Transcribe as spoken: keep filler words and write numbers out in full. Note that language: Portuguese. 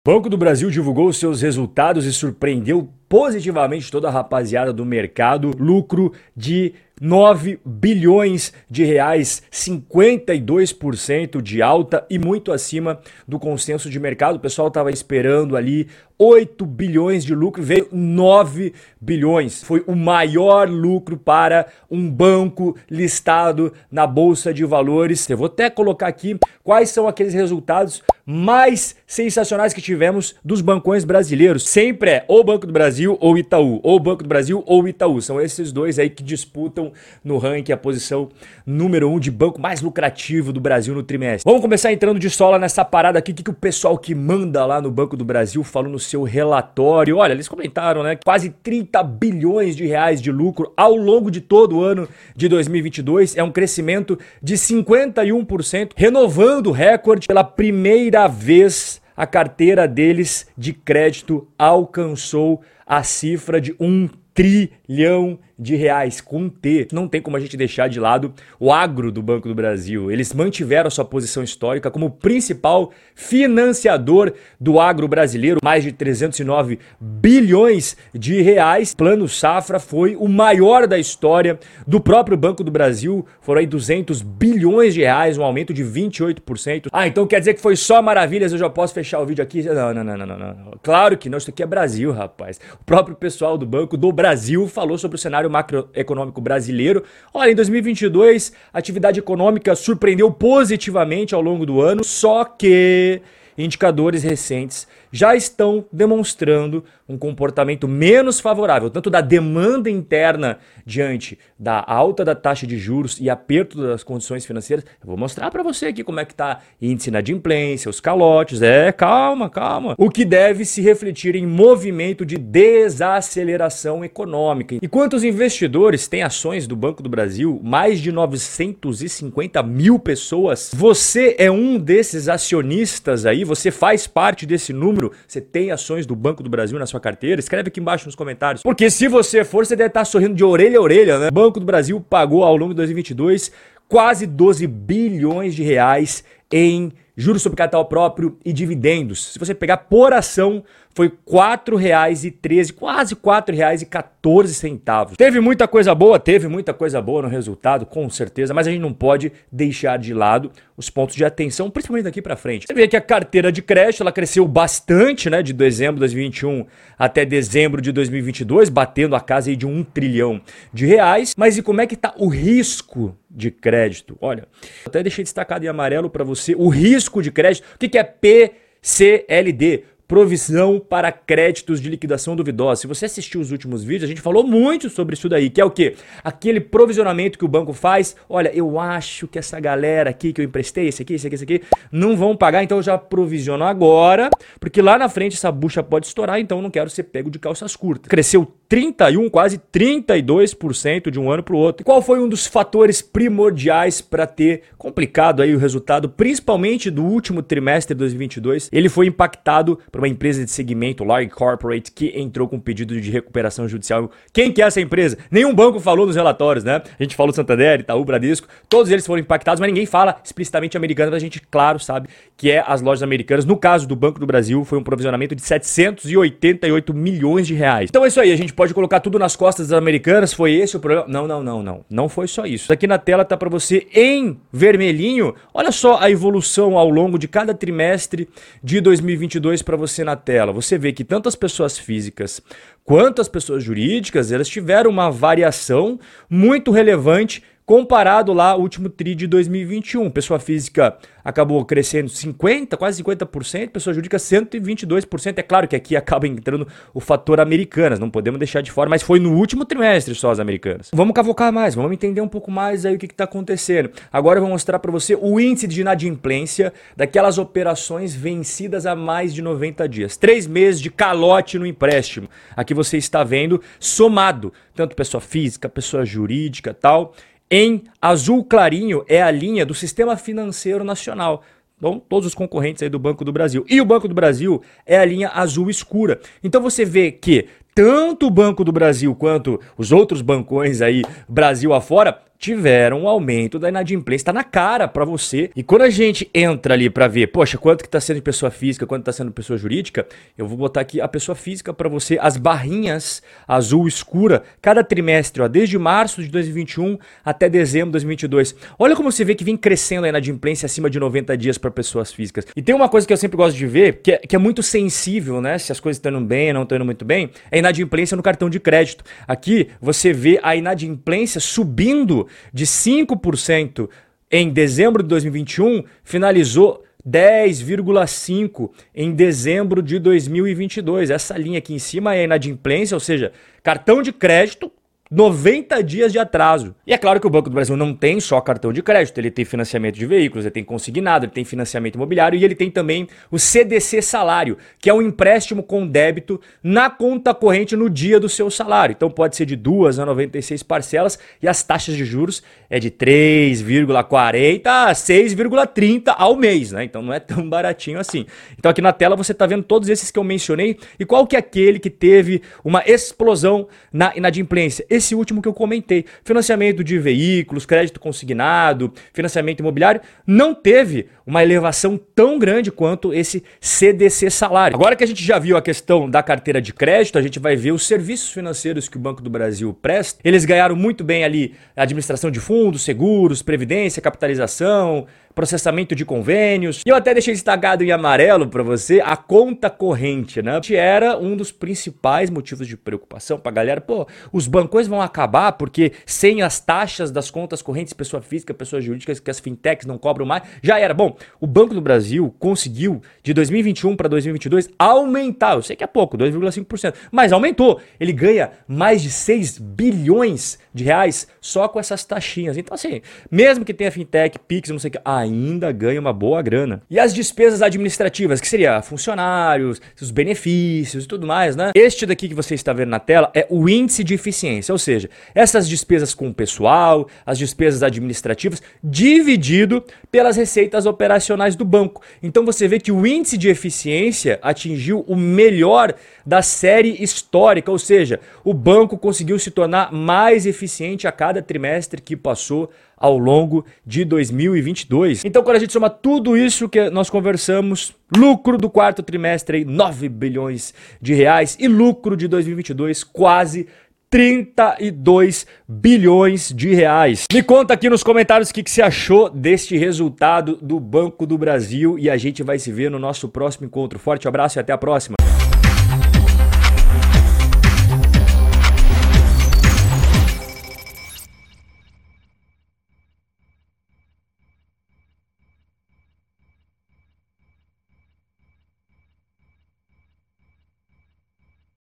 Banco do Brasil divulgou seus resultados e surpreendeu positivamente toda a rapaziada do mercado. Lucro de nove bilhões de reais, cinquenta e dois por cento de alta e muito acima do consenso de mercado. O pessoal estava esperando ali oito bilhões de lucro, veio nove bilhões. Foi o maior lucro para um banco listado na Bolsa de Valores. Eu vou até colocar aqui quais são aqueles resultados mais sensacionais que tivemos dos bancões brasileiros. Sempre é ou Banco do Brasil ou Itaú, ou Banco do Brasil ou Itaú. São esses dois aí que disputam no ranking a posição número um de banco mais lucrativo do Brasil no trimestre. Vamos começar entrando de sola nessa parada aqui. O que, que o pessoal que manda lá no Banco do Brasil falou no seu relatório? Olha, eles comentaram, né? Quase trinta bilhões de reais de lucro ao longo de todo o ano de dois mil e vinte e dois. É um crescimento de cinquenta e um por cento, renovando o recorde. Pela primeira vez, a carteira deles de crédito alcançou a cifra de um trilhão de reais, com um T. Não tem como a gente deixar de lado o agro do Banco do Brasil. Eles mantiveram a sua posição histórica como principal financiador do agro brasileiro, mais de trezentos e nove bilhões de reais. Plano Safra foi o maior da história do próprio Banco do Brasil, foram aí duzentos bilhões de reais, um aumento de vinte e oito por cento. Ah, então quer dizer que foi só maravilhas, eu já posso fechar o vídeo aqui? Não, não, não, não, não, não. Claro que não, isso aqui é Brasil, rapaz. O próprio pessoal do Banco do Brasil falou sobre o cenário macroeconômico brasileiro. Olha, em dois mil e vinte e dois, a atividade econômica surpreendeu positivamente ao longo do ano, só que indicadores recentes já estão demonstrando um comportamento menos favorável, tanto da demanda interna diante da alta da taxa de juros e aperto das condições financeiras. Eu vou mostrar para você aqui como é que tá índice inadimplência, os calotes. É, calma, calma. O que deve se refletir em movimento de desaceleração econômica. E quantos investidores têm ações do Banco do Brasil? Mais de novecentos e cinquenta mil pessoas. Você é um desses acionistas aí? Você faz parte desse número? Você tem ações do Banco do Brasil na sua carteira? Escreve aqui embaixo nos comentários. Porque se você for, você deve estar sorrindo de orelha a orelha, né? O Banco do Brasil pagou ao longo de dois mil e vinte e dois quase doze bilhões de reais em juros sobre capital próprio e dividendos. Se você pegar por ação, foi quatro reais e treze centavos, quase quatro reais e quatorze centavos. Teve muita coisa boa, teve muita coisa boa no resultado, com certeza, mas a gente não pode deixar de lado os pontos de atenção, principalmente daqui para frente. Você vê que a carteira de crédito, ela cresceu bastante, né, de dezembro de dois mil e vinte e um até dezembro de dois mil e vinte e dois, batendo a casa aí de um trilhão de reais. Mas e como é que tá o risco de crédito? Olha, até deixei destacado em amarelo para você o risco de crédito. O que que é P C L D? Provisão para créditos de liquidação duvidosa. Se você assistiu os últimos vídeos, a gente falou muito sobre isso daí, que é o quê? Aquele provisionamento que o banco faz. Olha, eu acho que essa galera aqui que eu emprestei, esse aqui, esse aqui, esse aqui, não vão pagar, então eu já provisiono agora, porque lá na frente essa bucha pode estourar, então eu não quero ser pego de calças curtas. Cresceu trinta e um, quase trinta e dois por cento de um ano para o outro. E qual foi um dos fatores primordiais para ter complicado aí o resultado, principalmente do último trimestre de dois mil e vinte e dois? Ele foi impactado por uma empresa de segmento, Large Corporate, que entrou com pedido de recuperação judicial. Quem que é essa empresa? Nenhum banco falou nos relatórios, né? A gente falou Santander, Itaú, Bradesco, todos eles foram impactados, mas ninguém fala explicitamente americano, mas a gente, claro, sabe que é as lojas americanas. No caso do Banco do Brasil, foi um provisionamento de setecentos e oitenta e oito milhões de reais. Então é isso aí, a gente pode colocar tudo nas costas das americanas, foi esse o problema? Não, não, não, não. Não foi só isso. Aqui na tela tá para você em vermelhinho. Olha só a evolução ao longo de cada trimestre de dois mil e vinte e dois para você na tela. Você vê que tanto as pessoas físicas quanto as pessoas jurídicas, elas tiveram uma variação muito relevante comparado lá ao último tri de dois mil e vinte e um. Pessoa física acabou crescendo cinquenta por cento, quase cinquenta por cento, pessoa jurídica cento e vinte e dois por cento. É claro que aqui acaba entrando o fator americanas, não podemos deixar de fora, mas foi no último trimestre só as americanas. Vamos cavocar mais, vamos entender um pouco mais aí o que está acontecendo. Agora eu vou mostrar para você o índice de inadimplência daquelas operações vencidas há mais de noventa dias. Três meses de calote no empréstimo. Aqui você está vendo somado, tanto pessoa física, pessoa jurídica e tal. Em azul clarinho é a linha do Sistema Financeiro Nacional. Então, todos os concorrentes aí do Banco do Brasil. E o Banco do Brasil é a linha azul escura. Então você vê que tanto o Banco do Brasil quanto os outros bancões aí, Brasil afora, tiveram um aumento da inadimplência. Tá na cara para você. E quando a gente entra ali para ver, poxa, quanto que tá sendo de pessoa física, quanto tá sendo pessoa jurídica, eu vou botar aqui a pessoa física para você, as barrinhas azul escura, cada trimestre, ó, desde março de dois mil e vinte e um até dezembro de dois mil e vinte e dois. Olha como você vê que vem crescendo a inadimplência acima de noventa dias para pessoas físicas. E tem uma coisa que eu sempre gosto de ver, que é, que é muito sensível, né? Se as coisas estão indo bem, não estão indo muito bem, é a inadimplência no cartão de crédito. Aqui você vê a inadimplência subindo de cinco por cento em dezembro de dois mil e vinte e um, finalizou dez vírgula cinco por cento em dezembro de dois mil e vinte e dois. Essa linha aqui em cima é a inadimplência, ou seja, cartão de crédito, noventa dias de atraso. E é claro que o Banco do Brasil não tem só cartão de crédito, ele tem financiamento de veículos, ele tem consignado, ele tem financiamento imobiliário e ele tem também o C D C salário, que é um empréstimo com débito na conta corrente no dia do seu salário. Então pode ser de duas a noventa e seis parcelas e as taxas de juros é de três vírgula quarenta a seis vírgula trinta ao mês, né? Então não é tão baratinho assim. Então aqui na tela você está vendo todos esses que eu mencionei e qual que é aquele que teve uma explosão na inadimplência? Esse último que eu comentei, financiamento de veículos, crédito consignado, financiamento imobiliário, não teve uma elevação tão grande quanto esse C D C salário. Agora que a gente já viu a questão da carteira de crédito, a gente vai ver os serviços financeiros que o Banco do Brasil presta. Eles ganharam muito bem ali a administração de fundos, seguros, previdência, capitalização, processamento de convênios. E eu até deixei destacado em amarelo para você a conta corrente, né? Que era um dos principais motivos de preocupação para a galera. Pô, os bancões vão acabar porque sem as taxas das contas correntes, pessoa física, pessoas jurídicas, que as fintechs não cobram mais, já era. Bom, o Banco do Brasil conseguiu, de dois mil e vinte e um para dois mil e vinte e dois, aumentar. Eu sei que é pouco, dois vírgula cinco por cento, mas aumentou. Ele ganha mais de seis bilhões de reais só com essas taxinhas. Então, assim, mesmo que tenha fintech, Pix, não sei o que, ainda ganha uma boa grana. E as despesas administrativas, que seria funcionários, os benefícios e tudo mais, né? Este daqui que você está vendo na tela é o índice de eficiência, ou seja, essas despesas com o pessoal, as despesas administrativas, dividido pelas receitas operacionais do banco. Então você vê que o índice de eficiência atingiu o melhor da série histórica, ou seja, o banco conseguiu se tornar mais eficiente a cada trimestre que passou ao longo de dois mil e vinte e dois. Então, quando a gente soma tudo isso que nós conversamos, lucro do quarto trimestre aí, nove bilhões de reais e lucro de dois mil e vinte e dois quase trinta e dois bilhões de reais. Me conta aqui nos comentários o que, que você achou deste resultado do Banco do Brasil e a gente vai se ver no nosso próximo encontro. Forte abraço e até a próxima.